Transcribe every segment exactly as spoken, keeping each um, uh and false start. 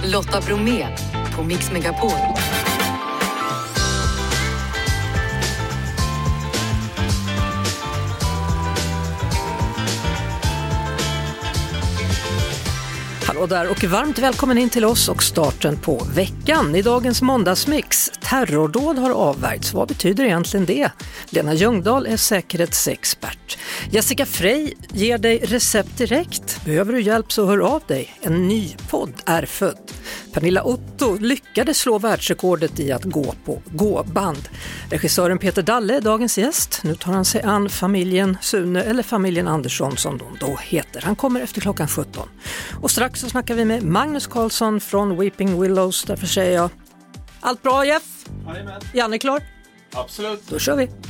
Lotta Bromé på Mix Megapol. Hallå där och varmt välkommen in till oss och starten på veckan. I dagens måndagsmix, terrordåd har avvärjts. Vad betyder egentligen det? Lena Ljungdahl är säkerhetsexpert. Jessica Frey ger dig recept direkt. Behöver du hjälp så hör av dig. En ny podd är född. Pernilla Otto lyckades slå världsrekordet i att gå på gåband. Regissören Peter Dalle är dagens gäst. Nu tar han sig an familjen Sune eller familjen Andersson som de då heter. Han kommer efter klockan sjutton. Och strax så snackar vi med Magnus Karlsson från Weeping Willows. Därför säger jag, allt bra Jeff? Jajamän. Janne klar? Absolut. Då kör vi.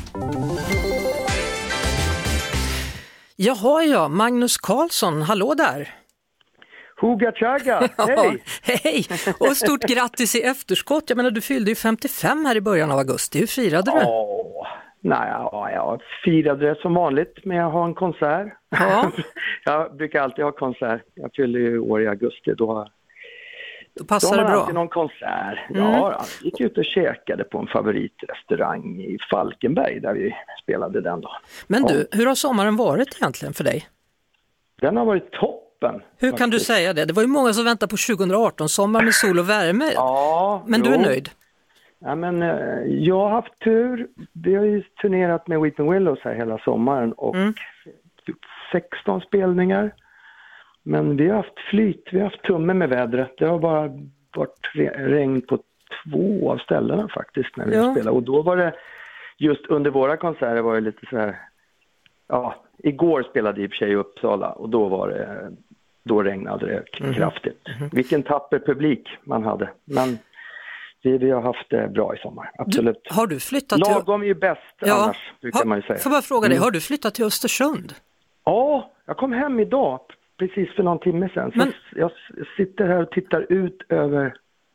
Jaha ja, Magnus Karlsson, hallå där. Huga chaga, hej! Hej! Och stort grattis i efterskott. Jag menar, du fyllde ju femtiofem här i början av augusti. Hur firade du? Åh, nej, ja, jag firade det som vanligt med att ha en konsert. Ja. Jag brukar alltid ha konsert. Jag fyllde ju år i augusti. Då, då passar då det bra. Alltid någon konsert. Mm. Ja, jag gick ut och käkade på en favoritrestaurang i Falkenberg där vi spelade den dagen. Men ja. du, hur har sommaren varit egentligen för dig? Den har varit topp. Hur kan du säga det? Det var ju många som väntade på tjugo arton, sommar med sol och värme. Ja, men du jo. är nöjd? Ja, men, jag har haft tur. Vi har ju turnerat med Weeping Willows här hela sommaren och mm. sexton spelningar. Men vi har haft flyt, vi har haft tumme med vädret. Det har bara varit regn på två av ställena faktiskt när vi ja. spelade. Och då var det, just under våra konserter var det lite så här, ja, igår spelade i och för sig i Uppsala och då var det, då regnade det mm. kraftigt. Mm. Vilken tapper publik man hade. Men vi, vi har haft det bra i sommar, absolut. Du, har du flyttat till... Lagom är ju bäst ja. annars, brukar ha, man ju säga. Får jag bara fråga dig, mm. har du flyttat till Östersund? Ja, jag kom hem idag, precis för någon timme sedan. Så Men... jag sitter här och tittar ut över...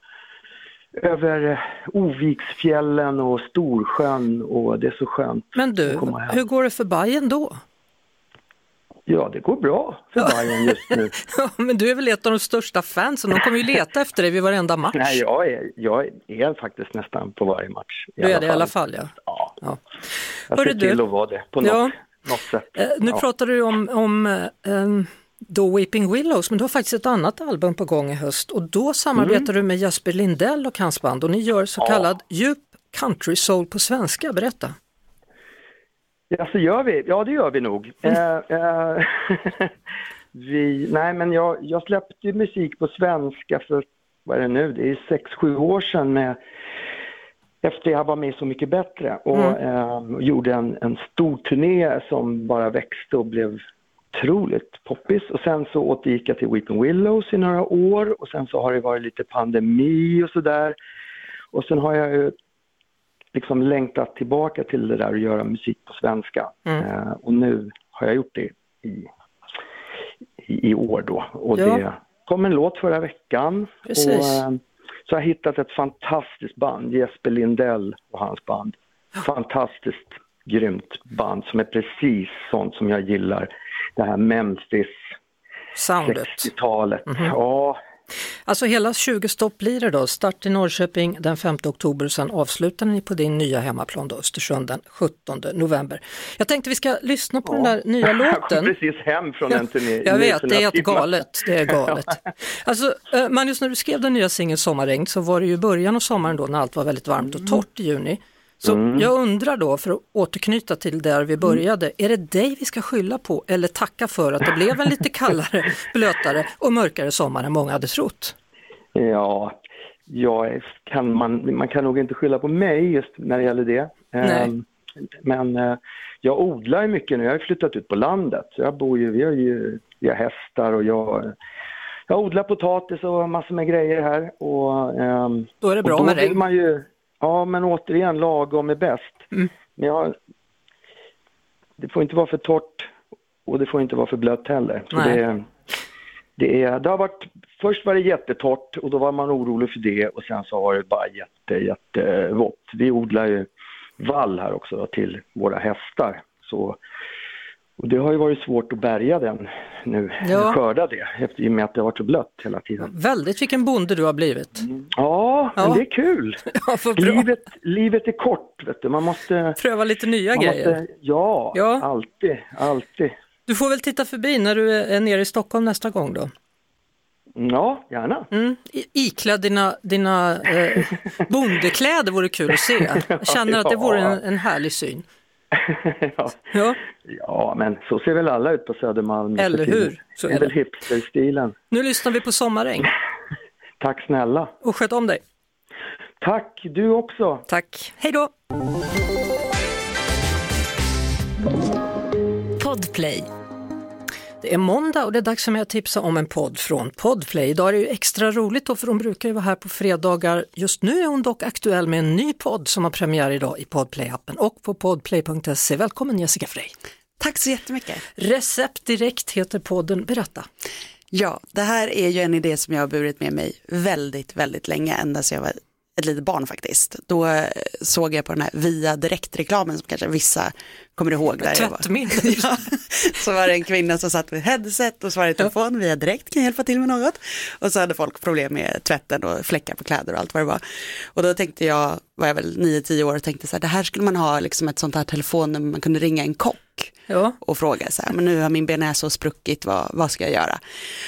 över Oviksfjällen och Storsjön och det är så skönt. Men du, hur går det för Bajen då? Ja, det går bra för ja. Bajen just nu. Ja, men du är väl ett av de största fansen. De kommer ju leta efter dig vid varenda match. Nej, jag är, jag är faktiskt nästan på varje match. Du är det i alla fall, ja. Ja, ja. Jag ser till att vara det på något, ja. något sätt. Eh, nu ja. pratar du om... om eh, då Weeping Willows, men du har faktiskt ett annat album på gång i höst och då samarbetar mm. du med Jesper Lindell och hans band och ni gör så ja. kallad djup country soul på svenska, berätta. Ja, så gör vi. Ja, det gör vi nog. Mm. Uh, uh, vi, nej, men jag, jag släppte musik på svenska för, vad är det nu, det är sex sju år sedan med, efter jag var med Så mycket bättre och mm. uh, gjorde en, en stor turné som bara växte och blev otroligt poppis och sen så återgick jag till Weeping Willows i några år och sen så har det varit lite pandemi och sådär och sen har jag ju liksom längtat tillbaka till det där att göra musik på svenska mm. eh, och nu har jag gjort det i, i, i år då och ja. det kom en låt förra veckan. Precis. Och eh, så har jag hittat ett fantastiskt band, Jesper Lindell och hans band, fantastiskt grymt band som är precis sånt som jag gillar. Det här Memphis soundet. sextiotalet. Mm-hmm. Ja. Alltså hela tjugo stopp blir det då. Start i Norrköping den femte oktober och sen avslutar ni på din nya hemmaplan då, Östersund den sjuttonde november. Jag tänkte vi ska lyssna på ja. den där nya låten. Jag kom precis hem från en turné. Jag vet, det är helt galet. Det är galet. Alltså Magnus, när du skrev den nya singeln Sommarregn så var det ju början av sommaren då när allt var väldigt varmt och torrt i juni. Så mm. jag undrar då, för att återknyta till där vi började, är det dig vi ska skylla på eller tacka för att det blev en lite kallare, blötare och mörkare sommar än många hade trott? Ja, jag kan, man, man kan nog inte skylla på mig just när det gäller det. Nej. Um, men uh, jag odlar ju mycket nu, jag har flyttat ut på landet. Så jag bor ju, vi har ju vi har hästar och jag... Jag odlar potatis och massor med grejer här. Och, um, då är det bra och då med vill regn. Man ju, ja, men återigen, lagom är bäst. Mm. Men jag, det får inte vara för torrt och det får inte vara för blött heller. Så det, det, är, det har varit, först var det jättetorrt och då var man orolig för det. Och sen så har det bara jätte, jättevått. Vi odlar ju vall här också då, till våra hästar. Så Och det har ju varit svårt att bärga den nu, Ja. skörda det, efter, i och med att det har varit så blött hela tiden. Väldigt vilken bonde du har blivit. Mm. Ja, Ja. men det är kul. Ja, vad bra. Livet, livet är kort, vet du. Man måste... Pröva lite nya man grejer. måste, ja, Ja. alltid, alltid. Du får väl titta förbi när du är nere i Stockholm nästa gång då. Ja, gärna. Mm. I- Iklädd dina, dina eh, bondekläder vore kul att se. Jag känner att det vore en, en härlig syn. ja. Ja. ja, men så ser väl alla ut på Södermalm. Eller hur? Så Det är är väl det. hipsterstilen. Nu lyssnar vi på Sommaräng. Tack snälla. Och sköt om dig. Tack, du också. Tack. Hej då! Podplay. Det är måndag och det är dags för mig att tipsa om en podd från Podplay. Idag är det ju extra roligt då, för hon brukar ju vara här på fredagar. Just nu är hon dock aktuell med en ny podd som har premiär idag i Podplay-appen och på podplay punkt se. Välkommen Jessica Frey. Tack så jättemycket. Recept direkt heter podden. Berätta. Ja, det här är ju en idé som jag har burit med mig väldigt, väldigt länge, ända sedan jag var ett litet barn faktiskt. Då eh, såg jag på den här Via Direkt-reklamen som kanske vissa kommer ihåg. Där jag var. Tvättmedel. Ja, så var det en kvinna som satt med headset och svarade i telefon. Via Direkt kan hjälpa till med något. Och så hade folk problem med tvätten och fläckar på kläder och allt vad det var. Och då tänkte jag, var jag väl nio tio år och tänkte så här, det här skulle man ha liksom ett sånt här telefonnummer, man kunde ringa en kock. Ja. Och fråga så här, men nu har min bearnaise spruckit, vad, vad ska jag göra?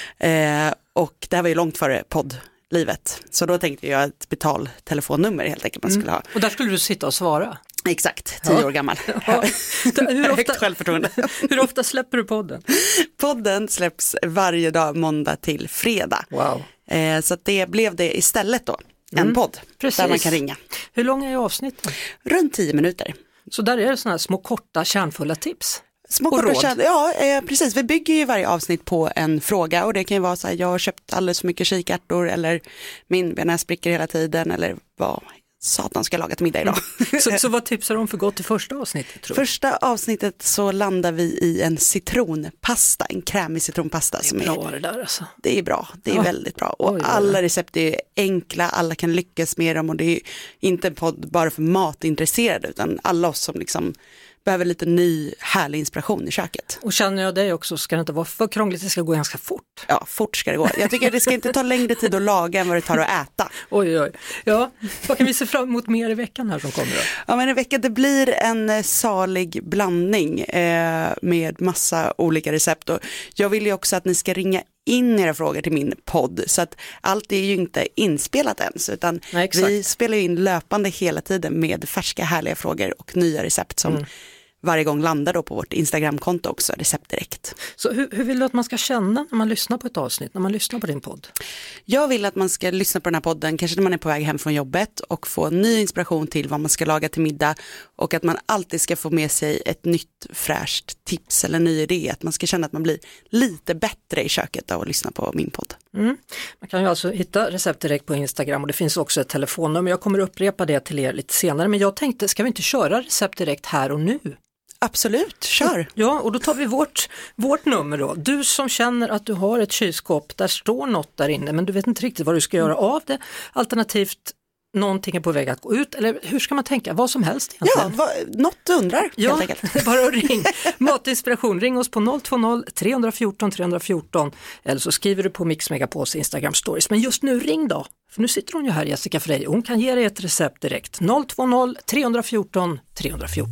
Eh, och det här var ju långt före poddlivet. Så då tänkte jag ett betaltelefonnummer helt enkelt man skulle ha. Och där skulle du sitta och svara. Exakt, tio Ja. år gammal. Ja. Hur, Högt ofta, självförtroende. hur ofta släpper du podden? Podden släpps varje dag måndag till fredag. Wow. Eh, så att det blev det istället då. En Mm. podd Precis. där man kan ringa. Hur långa är avsnitten? Runt tio minuter. Så där är det såna här små korta kärnfulla tips. Små Och korta råd. kärn- Ja, eh, precis. Vi bygger ju varje avsnitt på en fråga och det kan ju vara så här, jag har köpt alldeles för mycket kikärtor eller min bearnaise spricker hela tiden eller vad satan ska jag laga till middag idag. Så, så vad tipsar du om för gott i första avsnittet, tror du? Första avsnittet så landar vi i en citronpasta, en krämig citronpasta. Som är, Bra det där alltså. det är bra, det är Ja. väldigt bra. Och Oj, oj, oj. alla recept är enkla, alla kan lyckas med dem och det är inte en podd bara för matintresserade utan alla oss som liksom behöver lite ny härlig inspiration i köket. Och känner jag dig också, ska det inte vara för krångligt, det ska gå ganska fort. Ja, fort ska det gå. Jag tycker det ska inte ta längre tid att laga än vad det tar att äta. Oj, oj. Ja, vad kan vi se fram emot mer i veckan här som kommer då? Ja, men i veckan det blir en eh, salig blandning eh, med massa olika recept och jag vill ju också att ni ska ringa in era frågor till min podd så att allt är ju inte inspelat ens utan Nej, exakt. vi spelar ju in löpande hela tiden med färska härliga frågor och nya recept som Mm. varje gång landar då på vårt Instagramkonto också, Recept Direkt. Så hur, hur vill du att man ska känna när man lyssnar på ett avsnitt, när man lyssnar på din podd? Jag vill att man ska lyssna på den här podden, kanske när man är på väg hem från jobbet och få ny inspiration till vad man ska laga till middag och att man alltid ska få med sig ett nytt fräscht tips eller ny idé, att man ska känna att man blir lite bättre i köket av att lyssna på min podd. Mm. Man kan ju alltså hitta Recept Direkt på Instagram och det finns också ett telefonnummer. Jag kommer upprepa det till er lite senare, men jag tänkte, ska vi inte köra Recept Direkt här och nu? Absolut, kör! Ja, och då tar vi vårt, vårt nummer då. Du som känner att du har ett kylskåp, där står något där inne men du vet inte riktigt vad du ska göra av det. Alternativt någonting är på väg att gå ut, eller hur ska man tänka? Vad som helst Ja, egentligen. vad, något du undrar Ja, helt enkelt. bara ring. Matinspiration, ring oss på noll två noll, tre ett fyra, tre ett fyra eller så skriver du på Mix Megapols Instagram stories. Men just nu ring då, för nu sitter hon ju här, Jessica Frey. Hon kan ge dig ett recept direkt. noll två noll, tre ett fyra, tre ett fyra.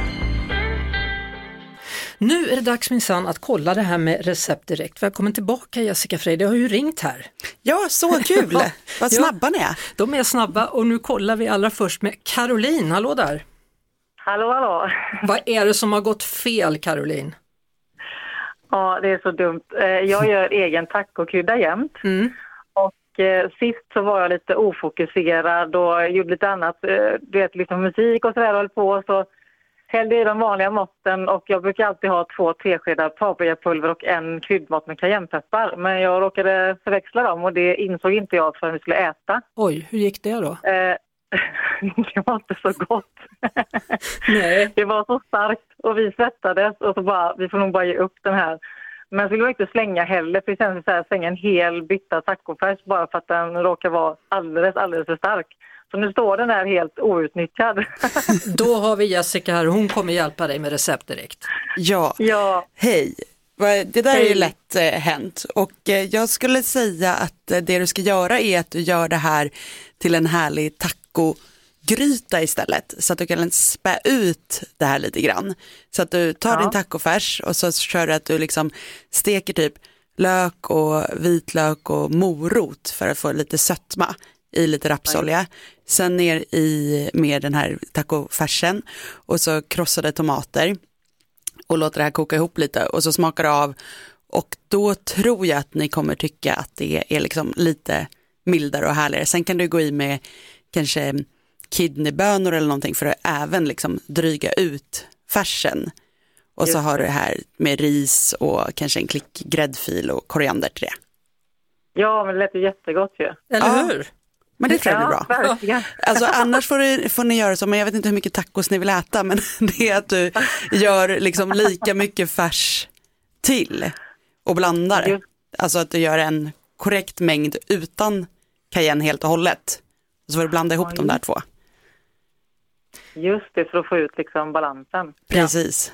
Nu är det dags minsann att kolla det här med Recept Direkt. Välkommen tillbaka Jessica Frey, det har ju ringt här. Ja, så kul! Ja. Vad snabba ni är. De är snabba och nu kollar vi allra först med Caroline. Hallå där! Hallå, hallå. Vad är det som har gått fel, Caroline? Ja, det är så dumt. Eh, Jag gör egen tacokrydda jämt. Mm. Och eh, sist så var jag lite ofokuserad och gjorde lite annat. Eh, du vet, liksom musik och så där höll på. Så hällde i de vanliga måtten och jag brukar alltid ha två teskedar paprikapulver och en kryddmått med cayennepeppar. Men jag råkade förväxla dem och det insåg inte jag förrän vi skulle äta. Oj, hur gick det då? Eh, det var inte så gott. Nej. Det var så starkt och vi svettades och så bara, vi får nog bara ge upp den här. Men så vill jag inte slänga heller, för sen så här, slänga en hel bytta tacofärs bara för att den råkar vara alldeles, alldeles för stark. Så nu står den där helt outnyttjad. Då har vi Jessica här, hon kommer hjälpa dig med recept direkt. Ja, Ja. hej. Det där är ju Hej. lätt eh, hänt och eh, jag skulle säga att eh, det du ska göra är att du gör det här till en härlig tacogryta istället, så att du kan spä ut det här lite grann. Så att du tar Ja. din tacofärs och så kör du att du liksom steker typ lök och vitlök och morot för att få lite sötma i lite rapsolja. Sen ner i med den här tacofärsen och så krossade tomater. Och låter det här koka ihop lite och så smakar det av. Och då tror jag att ni kommer tycka att det är liksom lite mildare och härligare. Sen kan du gå i med kanske kidneybönor eller någonting för att även liksom dryga ut färsen. Och så har du det här med ris och kanske en klick gräddfil och koriander till det. Ja, men det lät ju jättegott ju. Eller Ja. hur? Men det tror jag blir Ja, bra. verkligen. Alltså annars får, du, får ni göra så, men jag vet inte hur mycket tacos ni vill äta, men det är att du gör liksom lika mycket färs till och blandar. Just. Alltså att du gör en korrekt mängd utan cayenne helt och hållet. Och så får du blanda ihop de där två. Just det, för att få ut liksom balansen. Precis.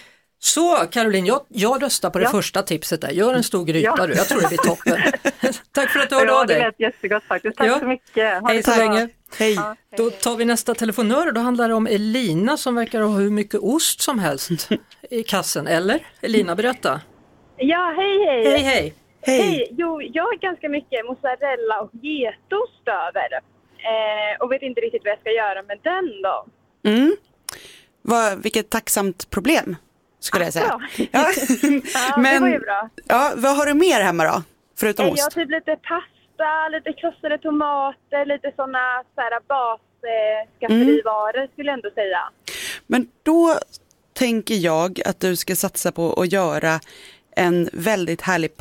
Så Caroline, jag, jag röstar på det Ja. första tipset där. Gör en stor gryta Ja. du, jag tror det blir toppen. Tack för att du hörde Ja, av det dig. lät jättegott faktiskt. Tack Ja. så mycket. Ha Hej det så bra. länge. Hej. Ja, hej. Då tar vi nästa telefonör och då handlar det om Elina som verkar ha hur mycket ost som helst i kassen. Eller? Elina, berätta. Ja, hej hej! Hej hej! Hej. Jo, jag har ganska mycket mozzarella och getost över. Eh, och vet inte riktigt vad jag ska göra med den då. Mm. Vad, vilket tacksamt problem skulle jag säga. Alltså. Ja. Ja, Men, det var ju bra. Ja, vad har du mer hemma då? Förutom Eh, ost? jag har typ lite pasta, lite krossade tomater, lite sådana så här basskafferivaror mm. skulle jag ändå säga. Men då tänker jag att du ska satsa på att göra en väldigt härlig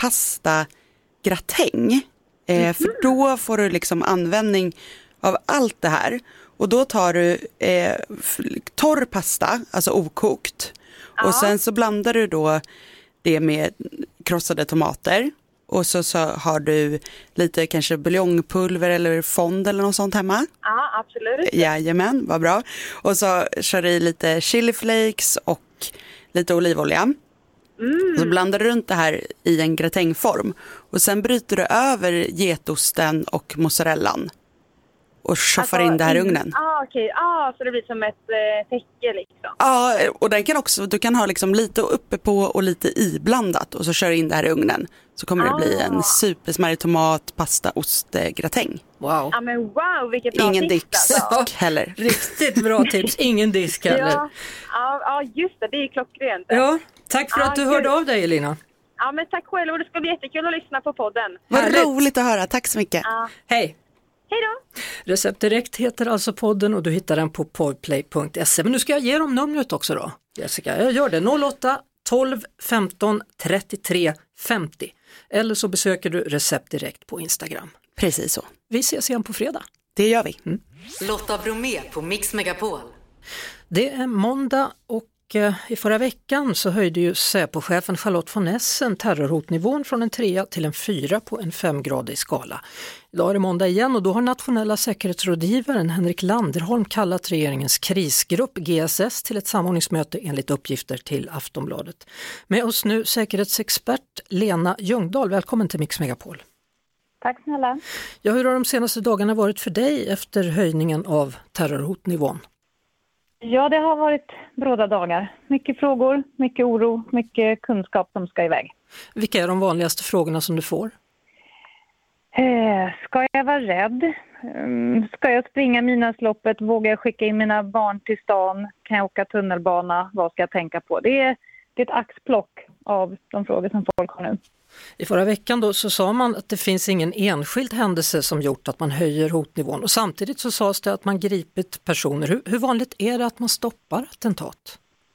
pastagratäng. Eh, för då får du liksom användning av allt det här. Och då tar du eh, torr pasta, alltså okokt. Ja. Och sen så blandar du då det med krossade tomater. Och så, så har du lite kanske buljongpulver eller fond eller något sånt hemma. Ja, absolut. Jajamän, vad bra. Och så kör du i lite chili flakes och lite olivolja. Mm. Så blandar du runt det här i en gratängform. Och sen bryter du över getosten och mozzarellan. Och tjoffar Alltså, in det här i in- ugnen. Ah, okej. Ah, så det blir som ett eh, täcke liksom. Ja, och den kan också, du kan ha liksom lite uppe på och lite iblandat. Och så kör du in det här i ugnen. Så kommer det bli en Ah. supersmarrig tomat, pasta, ost, eh, gratäng. Wow! Ja, men wow, vilket bra Ingen tips dips alltså. heller. Riktigt bra tips, ingen disk heller. Ja, ja, ja, just det, det är klockrent. Ja, tack för Ja, att du kul. hörde av dig Elina. Ja, men tack själv och det ska bli jättekul att lyssna på podden. Vad Härligt. roligt att höra, tack så mycket. Ja. Hej! Hej då! Recept Direkt heter alltså podden och du hittar den på podplay punkt se. Men nu ska jag ge dem numret också då, Jessica. Jag gör det, noll åtta tolv femton trettiotre femtio. Eller så besöker du Recept Direkt på Instagram. Precis så. Vi ses igen på fredag. Det gör vi. Mm. Lotta Bromé på Mix Megapol. Det är måndag och eh, i förra veckan så höjde ju Säpo-chefen Charlotte von Essen terrorhotnivån från en trea till en fyra på en femgradig skala. Idag är det måndag igen och då har nationella säkerhetsrådgivaren Henrik Landerholm kallat regeringens krisgrupp G S S till ett samordningsmöte enligt uppgifter till Aftonbladet. Med oss nu säkerhetsexpert Lena Ljungdahl, välkommen till Mix Megapol. Tack snälla. Ja, hur har de senaste dagarna varit för dig efter höjningen av terrorhotnivån? Ja, det har varit bråda dagar. Mycket frågor, mycket oro, mycket kunskap som ska iväg. Vilka är de vanligaste frågorna som du får? Eh, ska jag vara rädd? Mm, ska jag springa Midnattsloppet? Vågar jag skicka in mina barn till stan? Kan jag åka tunnelbana? Vad ska jag tänka på? Det är, det är ett axplock av de frågor som folk har nu. I förra veckan då så sa man att det finns ingen enskild händelse som gjort att man höjer hotnivån och samtidigt så sades det att man gripit personer. Hur, hur vanligt är det att man stoppar attentat?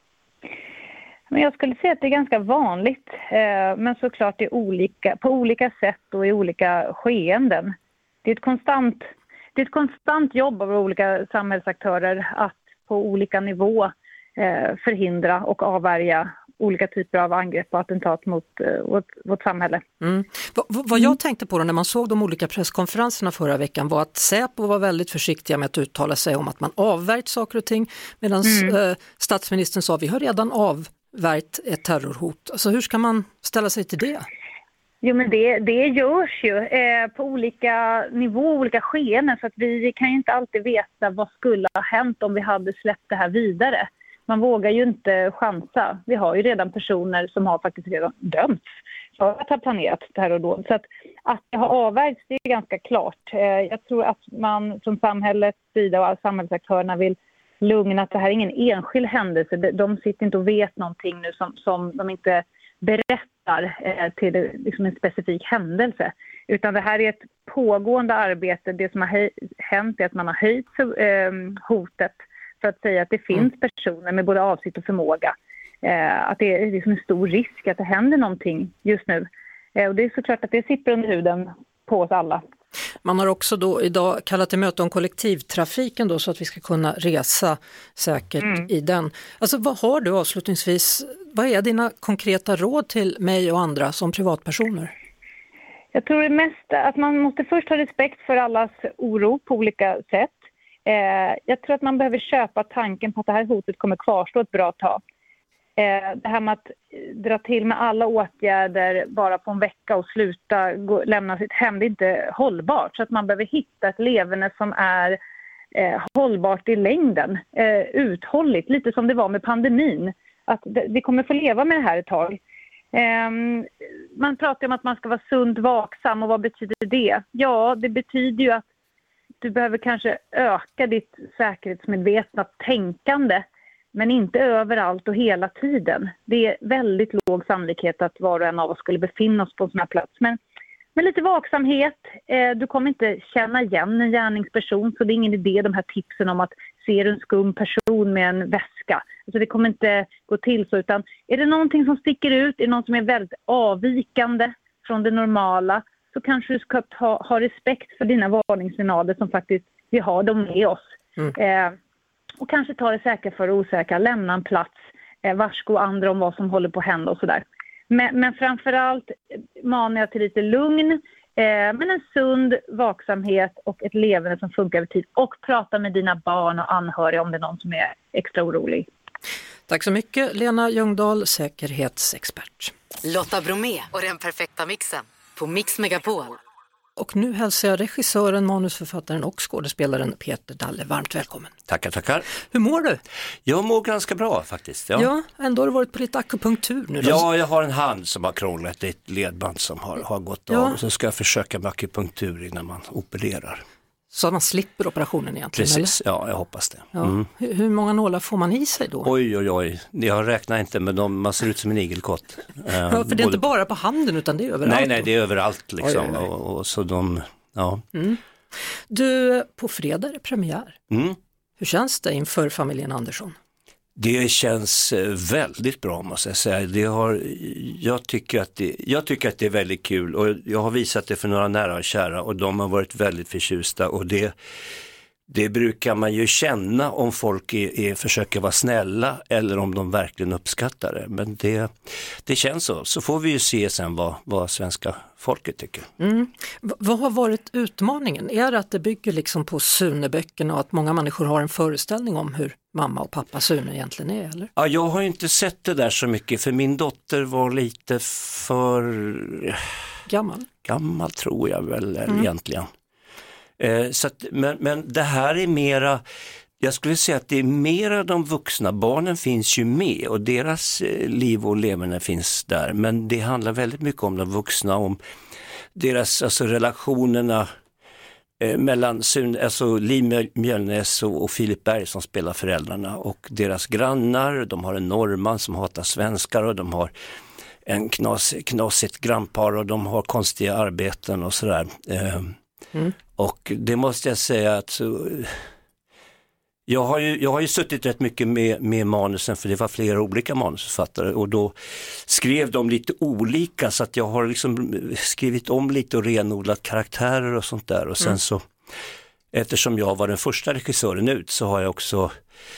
Men jag skulle säga att det är ganska vanligt, eh, men såklart i olika, på olika sätt och i olika skeenden. Det är ett konstant, det är ett konstant jobb av olika samhällsaktörer att på olika nivå eh, förhindra och avvärja olika typer av angrepp och attentat mot uh, vårt, vårt samhälle. Mm. V- v- vad jag tänkte på då när man såg de olika presskonferenserna förra veckan var att Säpo var väldigt försiktiga med att uttala sig om att man avvärjt saker och ting, medan mm. uh, statsministern sa vi har redan avvärjt ett terrorhot. Alltså hur ska man ställa sig till det? Jo, men det, det görs ju eh, på olika nivåer, olika skeenden, så att vi kan ju inte alltid veta vad skulle ha hänt om vi hade släppt det här vidare. Man vågar ju inte chansa. Vi har ju redan personer som har faktiskt redan dömts för att ha planerat terrordåd. Så att, att det har avvärjts, det är ganska klart. Eh, jag tror att man från samhällets sida och alla samhällsaktörerna vill lugna att det här är ingen enskild händelse. De, de sitter inte och vet någonting nu som, som de inte berättar eh, till liksom en specifik händelse. Utan det här är ett pågående arbete. Det som har höj- hänt är att man har höjt eh, hotet för att säga att det finns mm. personer med både avsikt och förmåga. Eh, att det är liksom en stor risk att det händer någonting just nu. Eh, och det är såklart att det sitter under huden på oss alla. Man har också då idag kallat till möte om kollektivtrafiken då, så att vi ska kunna resa säkert mm. i den. Alltså vad har du avslutningsvis, vad är dina konkreta råd till mig och andra som privatpersoner? Jag tror det mest att man måste först ha respekt för allas oro på olika sätt. Eh, jag tror att man behöver köpa tanken på att det här hotet kommer kvarstå ett bra tag. Eh, det här med att dra till med alla åtgärder bara på en vecka och sluta gå, lämna sitt hem, det är inte hållbart. Så att man behöver hitta ett leverne som är eh, hållbart i längden, eh, uthålligt, lite som det var med pandemin. Att det, vi kommer få leva med det här ett tag. Eh, man pratar om att man ska vara sund vaksam, och vad betyder det? Ja, det betyder ju att du behöver kanske öka ditt säkerhetsmedvetna tänkande, men inte överallt och hela tiden. Det är väldigt låg sannolikhet att var och en av oss skulle befinna oss på en sån här plats. Men med lite vaksamhet, eh, du kommer inte känna igen en gärningsperson, så det är ingen idé de här tipsen om att se en skum person med en väska. Alltså det kommer inte gå till så, utan är det någonting som sticker ut, är det någon som är väldigt avvikande från det normala, så kanske du ska ta, ha respekt för dina varningssignaler som faktiskt vi har dem med oss. Mm. Eh, och kanske ta det säkra för osäkra, lämna en plats, eh, varsko andra om vad som håller på att hända och sådär. Men, men framförallt manar jag till lite lugn, eh, men en sund vaksamhet och ett levande som funkar över tid. Och prata med dina barn och anhöriga om det är någon som är extra orolig. Tack så mycket, Lena Ljungdahl, säkerhetsexpert. Lotta Bromé och den perfekta mixen på Mix Megapol. Och nu hälsar jag regissören, manusförfattaren och skådespelaren Peter Dalle varmt välkommen. Tackar, tackar. Hur mår du? Jag mår ganska bra faktiskt. Ja, ja ändå har du varit på lite akupunktur nu då. Ja, jag har en hand som har krånglat, ett ledband som har, har gått ja. av. Och så ska jag försöka med akupunktur innan man opererar. Så man slipper operationen egentligen? Precis, eller? Ja, jag hoppas det. Ja. Mm. Hur, hur många nålar får man i sig då? Oj, oj, oj. Jag räknar inte, men de, man ser ut som en igelkott. Ja, för det är Både... inte bara på handen utan det är överallt. Nej, nej, det är överallt liksom. Oj, oj, oj. Och, och så de, ja. Mm. Du, på fredag är det premiär. Mm. Hur känns det inför familjen Andersson? Det känns väldigt bra, måste jag säga. Det har, jag, tycker att det, jag tycker att det är väldigt kul, och jag har visat det för några nära och kära, och de har varit väldigt förtjusta, och det, det brukar man ju känna om folk är, är, försöker vara snälla eller om de verkligen uppskattar det. Men det, det känns så. Så får vi ju se sen vad, vad svenska folket tycker. Mm. V- vad har varit utmaningen? Är det att det bygger liksom på Sune-böckerna och att många människor har en föreställning om hur mamma och pappa Sune egentligen är, eller? Ja, jag har inte sett det där så mycket, för min dotter var lite för... Gammal? Gammal tror jag väl mm. egentligen. Eh, så att, men, men det här är mera, jag skulle säga att det är mera de vuxna, barnen finns ju med och deras eh, liv och levande finns där, men det handlar väldigt mycket om de vuxna, om deras, alltså relationerna eh, mellan alltså Liv Mjölnäs och, och Filip Berg som spelar föräldrarna, och deras grannar. De har en norrman som hatar svenskar, och de har en knas, knasigt grannpar, och de har konstiga arbeten och sådär. Eh, Mm. Och det måste jag säga att så, jag, har ju, jag har ju suttit rätt mycket med, med manusen, för det var flera olika manusförfattare, och då skrev de lite olika, så att jag har liksom skrivit om lite och renodlat karaktärer och sånt där, och sen mm. så eftersom jag var den första regissören ut, så har jag också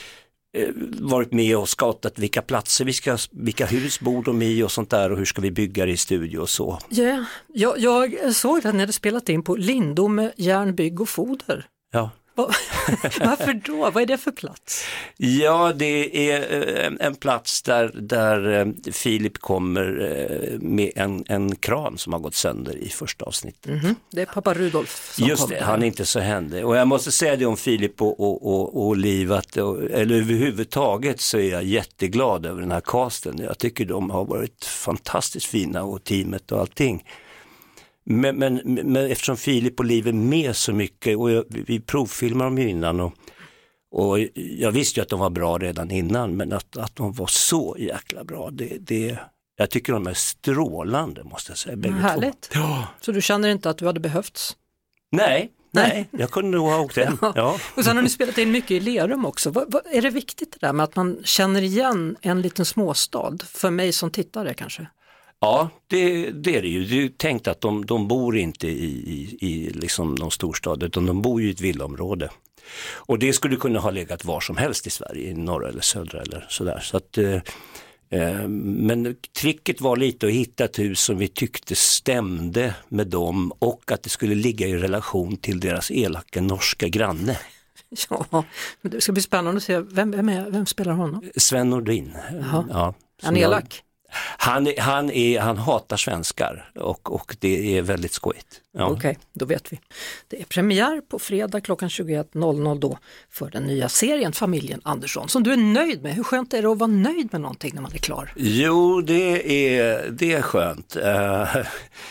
eh, varit med och scoutat vilka platser vi ska, vilka hus bor de i och sånt där och hur ska vi bygga det i studio och så. Yeah. Jag, jag såg att ni hade spelat in på Lindome, järn, bygg och foder. Ja. Varför då? Vad är det för plats? Ja, det är en plats där, där Filip kommer med en, en kran som har gått sönder i första avsnittet. Mm-hmm. Det är pappa Rudolf som Just det, han är inte så händig. Och jag måste säga det om Filip och, och, och, och Liv, att, eller överhuvudtaget så är jag jätteglad över den här casten. Jag tycker de har varit fantastiskt fina och teamet och allting. Men, men, men eftersom Filip och Liv är med så mycket och jag, vi provfilmar dem ju innan och, och jag visste ju att de var bra redan innan, men att, att de var så jäkla bra, det, det, jag tycker de är strålande måste jag säga. Mm, härligt. Ja. Så du känner inte att du hade behövts? Nej, nej, jag kunde nog ha åkt hem. Ja. Ja. Och sen har ni spelat in mycket i Lerum också. Vad, vad, är det viktigt det där med att man känner igen en liten småstad för mig som tittare kanske? Ja, det, det är det ju. Det är ju tänkt att de, de bor inte i, i, i liksom någon storstad, utan de bor ju i ett villaområde. Och det skulle kunna ha legat var som helst i Sverige, i norra eller södra eller sådär. Så att, eh, men tricket var lite att hitta ett hus som vi tyckte stämde med dem och att det skulle ligga i relation till deras elaka norska granne. Ja, men det ska bli spännande att se. Vem, vem, är, vem spelar honom? Sven Nordin. Ja, han är elak? Han, han, är, han hatar svenskar och, och det är väldigt skojigt. Ja. Okej, okay, då vet vi. Det är premiär på fredag klockan tjugoett noll noll då för den nya serien Familjen Andersson som du är nöjd med. Hur skönt är det att vara nöjd med någonting när man är klar? Jo, det är, det är skönt. Uh,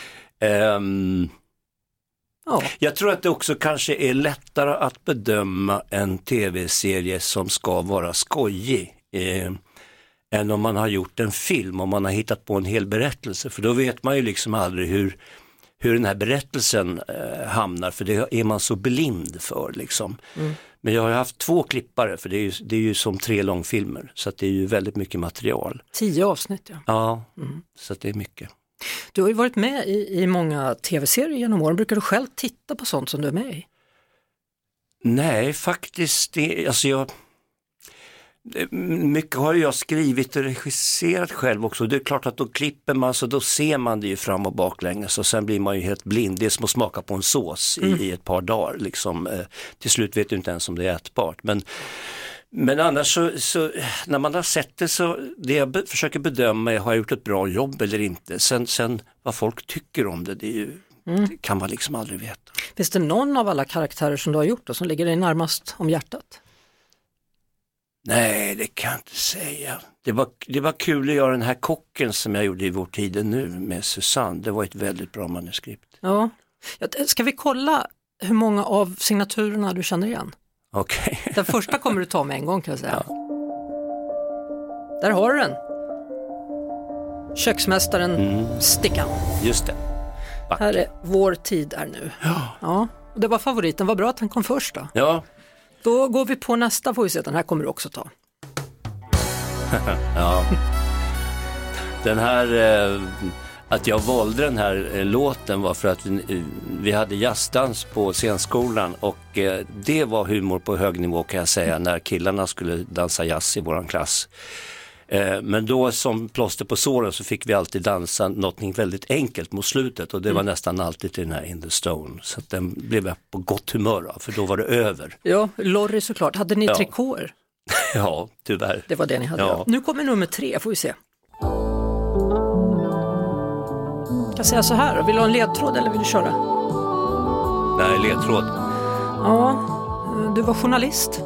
um, ja. Jag tror att det också kanske är lättare att bedöma en tv-serie som ska vara skojig. Uh, än om man har gjort en film, om man har hittat på en hel berättelse. För då vet man ju liksom aldrig hur, hur den här berättelsen eh, hamnar, för det är man så blind för liksom. Mm. Men jag har haft två klippare, för det är ju, det är ju som tre långfilmer, så att det är ju väldigt mycket material. Tio avsnitt, ja. Ja, mm. Så att det är mycket. Du har ju varit med i, i många tv-serier genom åren. Brukar du själv titta på sånt som du är med i? Nej, faktiskt, det, alltså jag... Mycket har jag skrivit och regisserat själv också. Det är klart att då klipper man så då ser man det ju fram och baklänges och sen blir man ju helt blind. Det är som att smaka på en sås mm. i, i ett par dagar. Liksom. Eh, till slut vet du inte ens om det är ätbart. Men, men annars så, så när man har sett det så det jag be, försöker bedöma är har jag gjort ett bra jobb eller inte. Sen, sen vad folk tycker om det, det, är ju, mm. det kan man liksom aldrig veta. Finns det någon av alla karaktärer som du har gjort då, som ligger dig närmast om hjärtat? Nej, det kan jag inte säga. Det var, det var kul att göra den här kocken som jag gjorde i Vår tid nu med Susanne. Det var ett väldigt bra manuskript. Ja. Ska vi kolla hur många av signaturerna du känner igen? Okej. Okay. Den första kommer du ta med en gång kan jag säga. Ja. Där har du den. Köksmästaren mm. Stickan. Just det. Back. Här är Vår tid är nu. Ja. Ja. Det var favoriten. Vad bra att den kom först då. Ja. Då går vi på nästa, får vi se. Den här kommer du också ta. Ja. Den här, eh, att jag valde den här eh, låten var för att vi, vi hade jazzdans på scenskolan och eh, det var humor på hög nivå kan jag säga när killarna skulle dansa jazz i våran klass. Eh, men då som plåster på såren så fick vi alltid dansa något väldigt enkelt mot slutet och det var mm. nästan alltid till den här In the Stone. Så att den blev jag på gott humör av, för då var det över. Ja, Lorry såklart. Hade ni ja. trikåer? Ja, tyvärr. Det var det ni hade. Ja. Nu kommer nummer tre, får vi se. Jag säger så här, vill du ha en ledtråd eller vill du köra? Nej, ledtråd. Ja, du var journalist.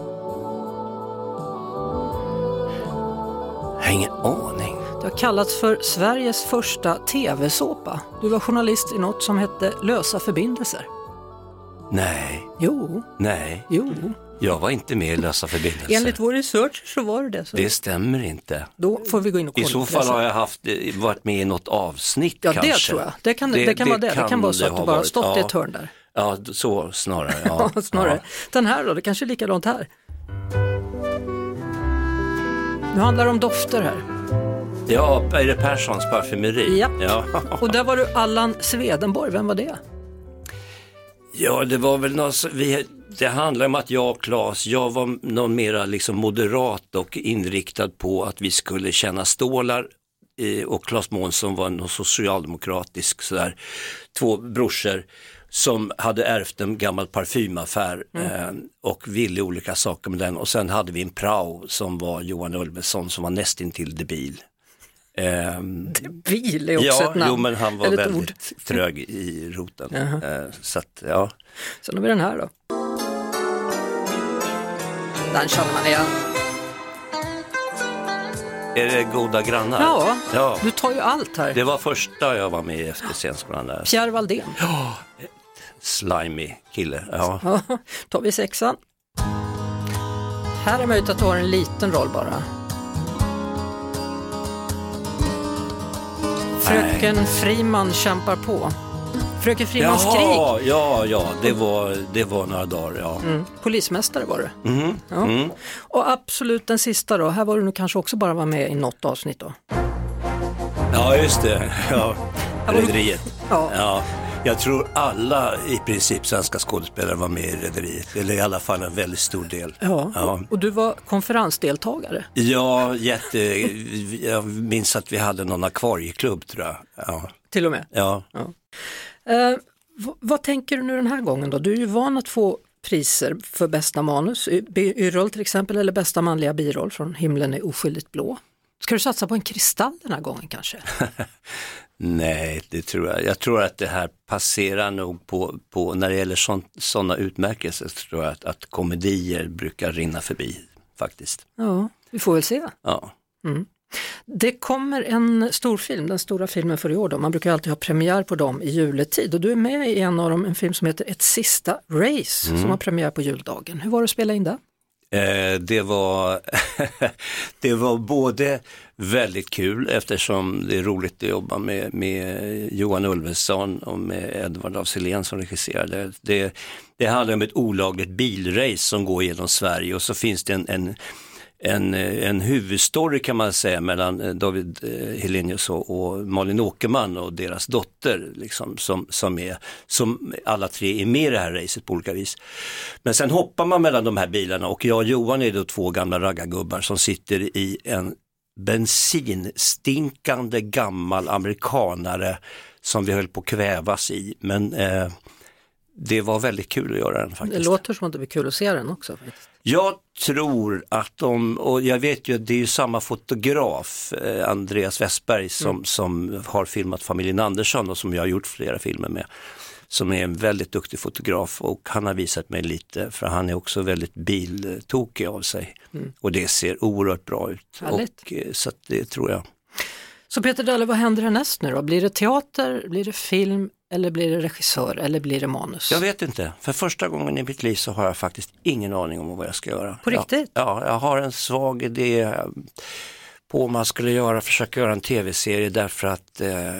Jag har ingen aning. Det har kallats för Sveriges första tv-såpa. Du var journalist i något som hette Lösa förbindelser. Nej. Jo. Nej. Jo. Jag var inte med i Lösa förbindelser. Enligt vår research så var det det. Så. Det stämmer inte. Då får vi gå in och kolla. I så fall har jag haft, varit med i något avsnitt ja, kanske. Ja, det tror jag. Det kan, det, det kan det vara det. Det kan, kan vara så att du bara varit. stått ja. i ett hörn där. Ja, så snarare. Ja. ja, snarare. Ja. Den här då, det kanske är likadant här. Nu handlar det om dofter här. Ja, är det Perssons parfymeri? Japp. Ja. Och där var du Allan Swedenborg, vem var det? Ja, det var väl något, vi, Det handlar om att jag och Claes, jag var någon mera liksom moderat och inriktad på att vi skulle känna stålar, och Claes Månsson var någon socialdemokratisk sådär, två brorsor som hade ärvt en gammal parfymaffär mm. eh, och ville olika saker med den, och sen hade vi en prao som var Johan Ulveson som var nästintill debil. Eh, debil är också ja, ett namn. Jo, men han var Eller väldigt ord. trög i roten. eh, så att, ja. Sen har vi den här då. Den känner man igen. Är det Goda grannar? Ja, ja, du tar ju allt här. Det var första jag var med i efter scenskolan där. Pierre Valdén. Ja, slimy kille. Ja. Ja, tar vi sexan. Här är möjligt att du har en liten roll bara. Fröken Nej. Friman kämpar på. Fröken Frimans Jaha, krig. Ja, ja, det var, det var några dagar, ja. Mm. Polismästare var det. Mm. Ja. Mm. Och absolut den sista då. Här var du nu kanske också bara var med i något avsnitt då. Ja, just det. Ja. Rederiet. Ja. Ja. Jag tror alla i princip svenska skådespelare var med i Rederiet. Eller i alla fall en väldigt stor del. Ja, ja. Och du var konferensdeltagare. Ja, jätte... Jag minns att vi hade någon akvarieklubb, tror jag. Ja. Till och med? Ja. ja. Eh, v- vad tänker du nu den här gången då? Du är ju van att få priser för bästa manus, Y-roll till exempel, eller bästa manliga biroll från Himlen är oskyldigt blå. Ska du satsa på en kristall den här gången kanske? Nej, det tror jag. Jag tror att det här passerar nog på, på när det gäller sådana utmärkelser, så tror jag att, att komedier brukar rinna förbi faktiskt. Ja, vi får väl se. Ja. Mm. Det kommer en stor film, den stora filmen för i år då. Man brukar alltid ha premiär på dem i juletid, och du är med i en av dem, en film som heter Ett sista race mm. som har premiär på juldagen. Hur var det att spela in det? Eh, det var det var både väldigt kul, eftersom det är roligt att jobba med, med Johan Ulveson och med Edvard af Sillén som regisserade. Det, det handlar om ett olagligt bilrace som går genom Sverige, och så finns det en, en En, en huvudstory kan man säga mellan David Hellenius och, och Malin Åkerman och deras dotter liksom, som, som, är, som alla tre är med i det här racet på olika vis. Men sen hoppar man mellan de här bilarna, och jag och Johan är då två gamla raggargubbar som sitter i en bensinstinkande gammal amerikanare som vi höll på att kvävas i, men eh, det var väldigt kul att göra den faktiskt. Det låter som att det blir kul att se den också faktiskt. Jag tror att de, och jag vet ju att det är ju samma fotograf, eh, Andreas Westberg, som, mm. som har filmat Familjen Andersson och som jag har gjort flera filmer med, som är en väldigt duktig fotograf, och han har visat mig lite, för han är också väldigt biltokig av sig mm. och det ser oerhört bra ut. Och, så att det tror jag. Så Peter Dalle, vad händer härnäst nu då? Blir det teater, blir det film, eller blir det regissör, eller blir det manus? Jag vet inte. För första gången i mitt liv så har jag faktiskt ingen aning om vad jag ska göra. På riktigt? Jag, ja, jag har en svag idé på om man skulle göra, försöka göra en tv-serie, därför att eh,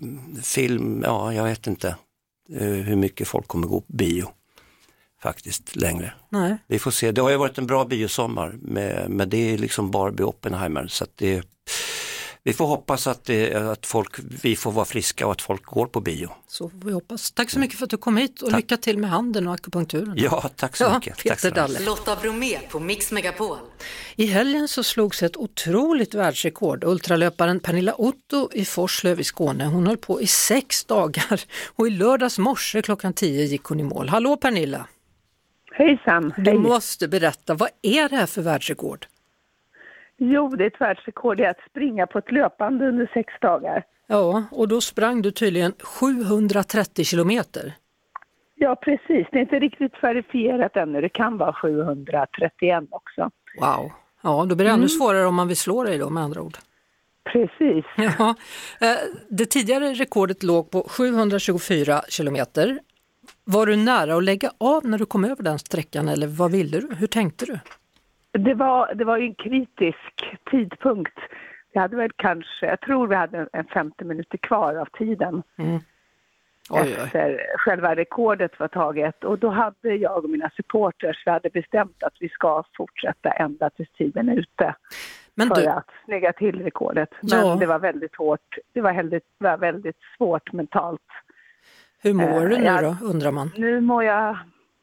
film, ja jag vet inte eh, hur mycket folk kommer gå på bio faktiskt längre. Nej. Vi får se. Det har ju varit en bra biosommar med, med det är liksom Barbie och Oppenheimer, så att det vi får hoppas att, det, att folk, vi får vara friska och att folk går på bio. Så får vi hoppas. Tack så mycket för att du kom hit, och tack. Lycka till med handeln och akupunkturen. Ja, tack så ja, mycket. Peter tack så Dalle. Lotta Bromé på Mix Megapol. I helgen så slogs ett otroligt världsrekord. Ultralöparen Pernilla Otto i Forslöv i Skåne. Hon höll på i sex dagar, och i lördags morse klockan tio gick hon i mål. Hallå Pernilla. Hejsan. Du hej. måste berätta, vad är det här för världsrekord? Jo, det är ett världsrekord i att springa på ett löpande under sex dagar. Ja, och då sprang du tydligen sjuhundratrettio kilometer. Ja, precis. Det är inte riktigt verifierat ännu. Det kan vara sjuhundratrettioen också. Wow. Ja, då blir det mm. ännu svårare om man vill slå dig då, med andra ord. Precis. Ja, det tidigare rekordet låg på sjuhundratjugofyra kilometer. Var du nära att lägga av när du kom över den sträckan, eller vad ville du? Hur tänkte du? Det var, det var en kritisk tidpunkt. Vi hade väl kanske, jag tror vi hade en femtio minuter kvar av tiden. Mm. Oj, oj. Efter själva rekordet var taget. Och då hade jag och mina supporters, vi hade bestämt att vi ska fortsätta ända tills tiden är ute. Men för du... att snygga till rekordet. Men ja. det var väldigt hårt. Det var väldigt, var väldigt svårt mentalt. Hur mår du nu då, undrar man? Nu mår jag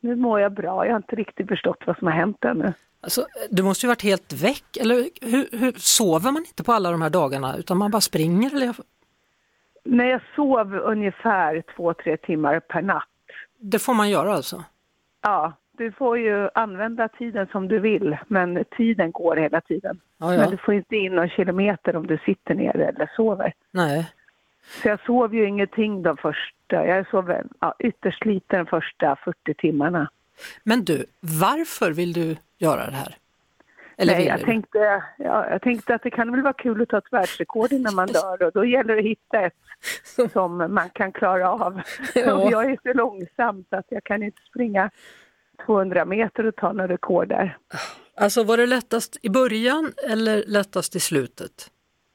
nu mår jag bra. Jag har inte riktigt förstått vad som har hänt ännu. Alltså, du måste ju varit helt väck, eller hur, hur sover man inte på alla de här dagarna utan man bara springer? Eller? Nej, jag sov ungefär två, tre timmar per natt. Det får man göra alltså? Ja, du får ju använda tiden som du vill, men tiden går hela tiden. Ja, ja. Men du får inte in någon kilometer om du sitter ner eller sover. Nej. Så jag sov ju ingenting de första, jag sov ja, ytterst lite de första fyrtio timmarna. Men du, varför vill du göra det här? Eller Nej, vill jag du? tänkte, ja, jag tänkte att det kan väl vara kul att ta ett världsrekord innan man dör, och då gäller det att hitta ett som man kan klara av. Ja. Och jag är så långsam så att jag kan inte springa tvåhundra meter och ta några rekord där. Alltså var det lättast i början eller lättast i slutet?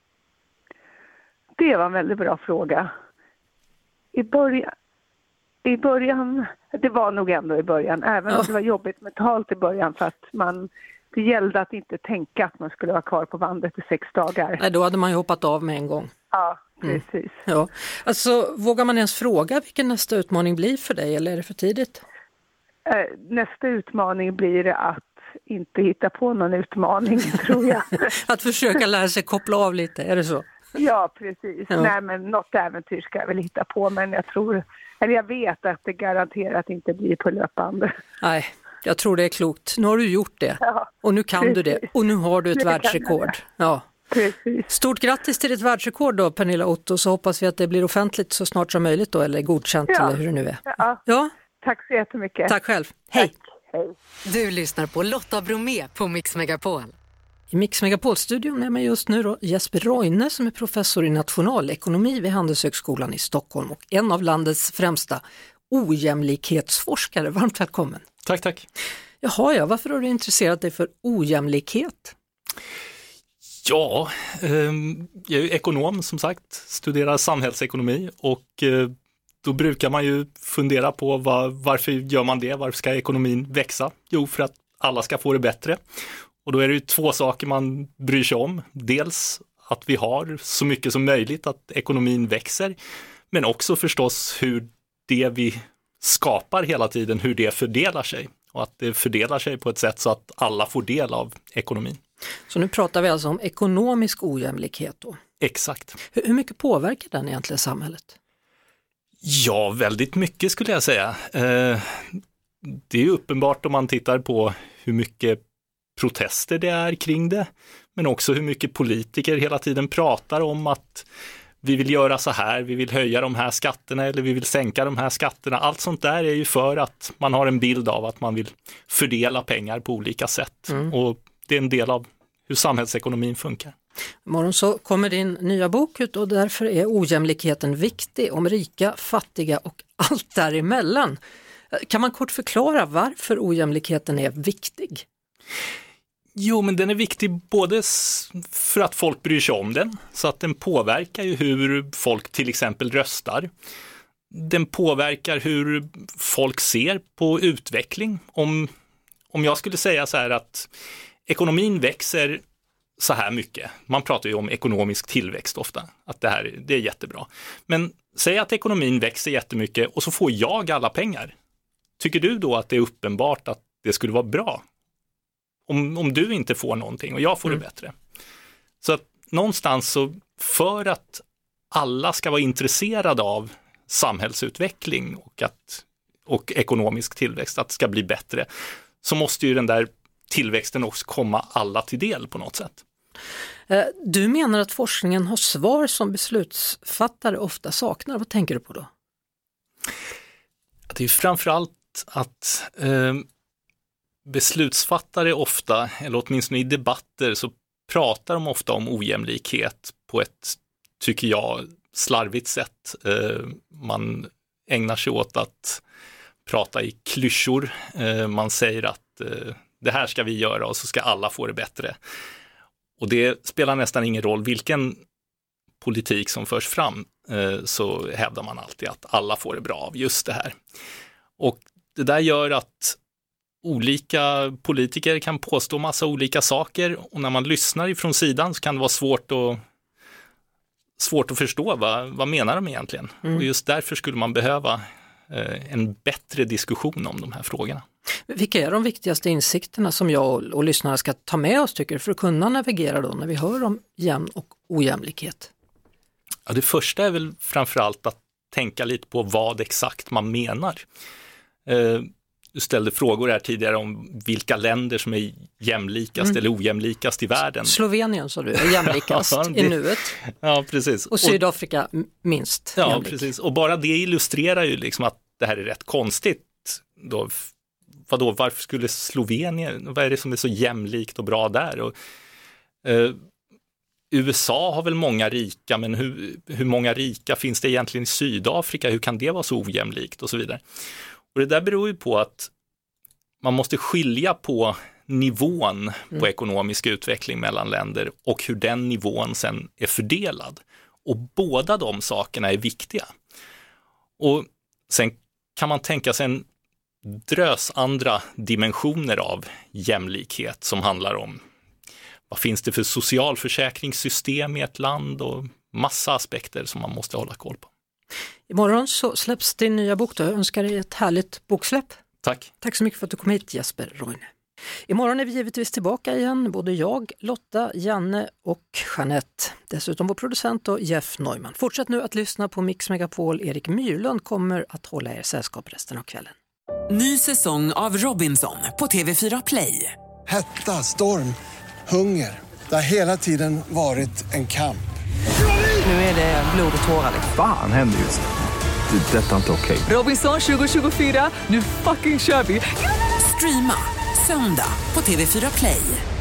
Det var en väldigt bra fråga. I början, i början, det var nog ändå i början, även Ja. om det var jobbigt mentalt i början, för att man, det gällde att inte tänka att man skulle vara kvar på bandet i sex dagar. Nej, då hade man ju hoppat av med en gång. Ja, precis. Ja. Alltså, vågar man ens fråga vilken nästa utmaning blir för dig, eller är det för tidigt? Eh, Nästa utmaning blir att inte hitta på någon utmaning, tror jag. Att försöka lära sig koppla av lite, är det så? Ja, precis. Ja. Nej, men något äventyr ska jag väl hitta på, men jag tror, eller jag vet att det garanterat inte blir på löpande. Nej, jag tror det är klokt. Nu har du gjort det. Ja, Och nu kan du det. precis. Och nu har du ett Nu kan jag världsrekord. det. Ja. Precis. Stort grattis till ditt världsrekord då, Pernilla Otto, så hoppas vi att det blir offentligt så snart som möjligt då, eller godkänt, Ja. eller hur det nu är. Ja, Ja, tack så jättemycket. tack själv. Hej! Tack. Hej. Du lyssnar på Lotta Bromé på Mix Megapol. I Mix Megapol-studion är med just nu då Jesper Roine som är professor i nationalekonomi vid Handelshögskolan i Stockholm och en av landets främsta ojämlikhetsforskare. Varmt välkommen. Tack, tack. Jaha, ja, varför har du intresserat dig för ojämlikhet? Ja, eh, jag är ju ekonom som sagt, studerar samhällsekonomi och eh, då brukar man ju fundera på var, varför gör man det? Varför ska ekonomin växa? Jo, för att alla ska få det bättre. Och då är det ju två saker man bryr sig om. Dels att vi har så mycket som möjligt att ekonomin växer, men också förstås hur det vi skapar hela tiden, hur det fördelar sig. Och att det fördelar sig på ett sätt så att alla får del av ekonomin. Så nu pratar vi alltså om ekonomisk ojämlikhet då. Exakt. Hur, hur mycket påverkar den egentligen samhället? Ja, väldigt mycket skulle jag säga. Eh, det är uppenbart om man tittar på hur mycket protester det är kring det, men också hur mycket politiker hela tiden pratar om att vi vill göra så här, vi vill höja de här skatterna eller vi vill sänka de här skatterna. Allt sånt där är ju för att man har en bild av att man vill fördela pengar på olika sätt. Mm. Och det är en del av hur samhällsekonomin funkar. Imorgon så kommer din nya bok ut och därför är ojämlikheten viktig, om rika, fattiga och allt däremellan. Kan man kort förklara varför ojämlikheten är viktig? Jo, men den är viktig både för att folk bryr sig om den, så att den påverkar ju hur folk till exempel röstar. Den påverkar hur folk ser på utveckling. Om, om jag skulle säga så här att ekonomin växer så här mycket. Man pratar ju om ekonomisk tillväxt ofta, att det här det är jättebra. Men säg att ekonomin växer jättemycket och så får jag alla pengar. Tycker du då att det är uppenbart att det skulle vara bra? Om, om du inte får någonting och jag får mm. det bättre. Så att någonstans så för att alla ska vara intresserade av samhällsutveckling och, att, och ekonomisk tillväxt, att det ska bli bättre, så måste ju den där tillväxten också komma alla till del på något sätt. Du menar att forskningen har svar som beslutsfattare ofta saknar. Vad tänker du på då? Det är framförallt att eh, beslutsfattare ofta, eller åtminstone i debatter, så pratar de ofta om ojämlikhet på ett, tycker jag, slarvigt sätt. Eh, man ägnar sig åt att prata i klyschor. Eh, man säger att eh, det här ska vi göra och så ska alla få det bättre. Och det spelar nästan ingen roll vilken politik som förs fram, eh, så hävdar man alltid att alla får det bra av just det här. Och det där gör att olika politiker kan påstå massa olika saker, och när man lyssnar ifrån sidan så kan det vara svårt att, svårt att förstå vad, vad menar de egentligen. Mm. Och just därför skulle man behöva eh, en bättre diskussion om de här frågorna. Vilka är de viktigaste insikterna som jag och, och lyssnarna ska ta med oss tycker för att kunna navigera då när vi hör om jämn och ojämlikhet? Ja, det första är väl framförallt att tänka lite på vad exakt man menar. Eh, du ställde frågor här tidigare om vilka länder som är jämlikast mm. eller ojämlikast i världen. Slovenien sa du är jämlikast ja, det, i nuet. Ja, precis. Och Sydafrika minst ja, jämlik. Precis. Och bara det illustrerar ju liksom att det här är rätt konstigt. Då, vadå, varför skulle Slovenien, vad är det som är så jämlikt och bra där? Och, eh, U S A har väl många rika, men hur, hur många rika finns det egentligen i Sydafrika? Hur kan det vara så ojämlikt och så vidare? Och det där beror ju på att man måste skilja på nivån mm. på ekonomisk utveckling mellan länder och hur den nivån sen är fördelad. Och båda de sakerna är viktiga. Och sen kan man tänka sig en drös andra dimensioner av jämlikhet som handlar om vad finns det för socialförsäkringssystem i ett land och massa aspekter som man måste hålla koll på. Imorgon så släpps din nya bok då. Jag önskar dig ett härligt boksläpp. Tack. Tack så mycket för att du kom hit, Jesper Roine. Imorgon är vi givetvis tillbaka igen, både jag, Lotta, Janne och Jeanette. Dessutom vår producent då, Jeff Neumann. Fortsätt nu att lyssna på Mix Megapol. Erik Myrlund kommer att hålla er sällskap resten av kvällen. Ny säsong av Robinson på T V fyra Play. Hetta, storm, hunger. Det har hela tiden varit en kamp. Nu är det blod och tårar. Fan händer just det. Det är detta inte okej. Okay. Robinson tjugo tjugofyra, nu fucking kör vi. Streama söndag på T V fyra Play.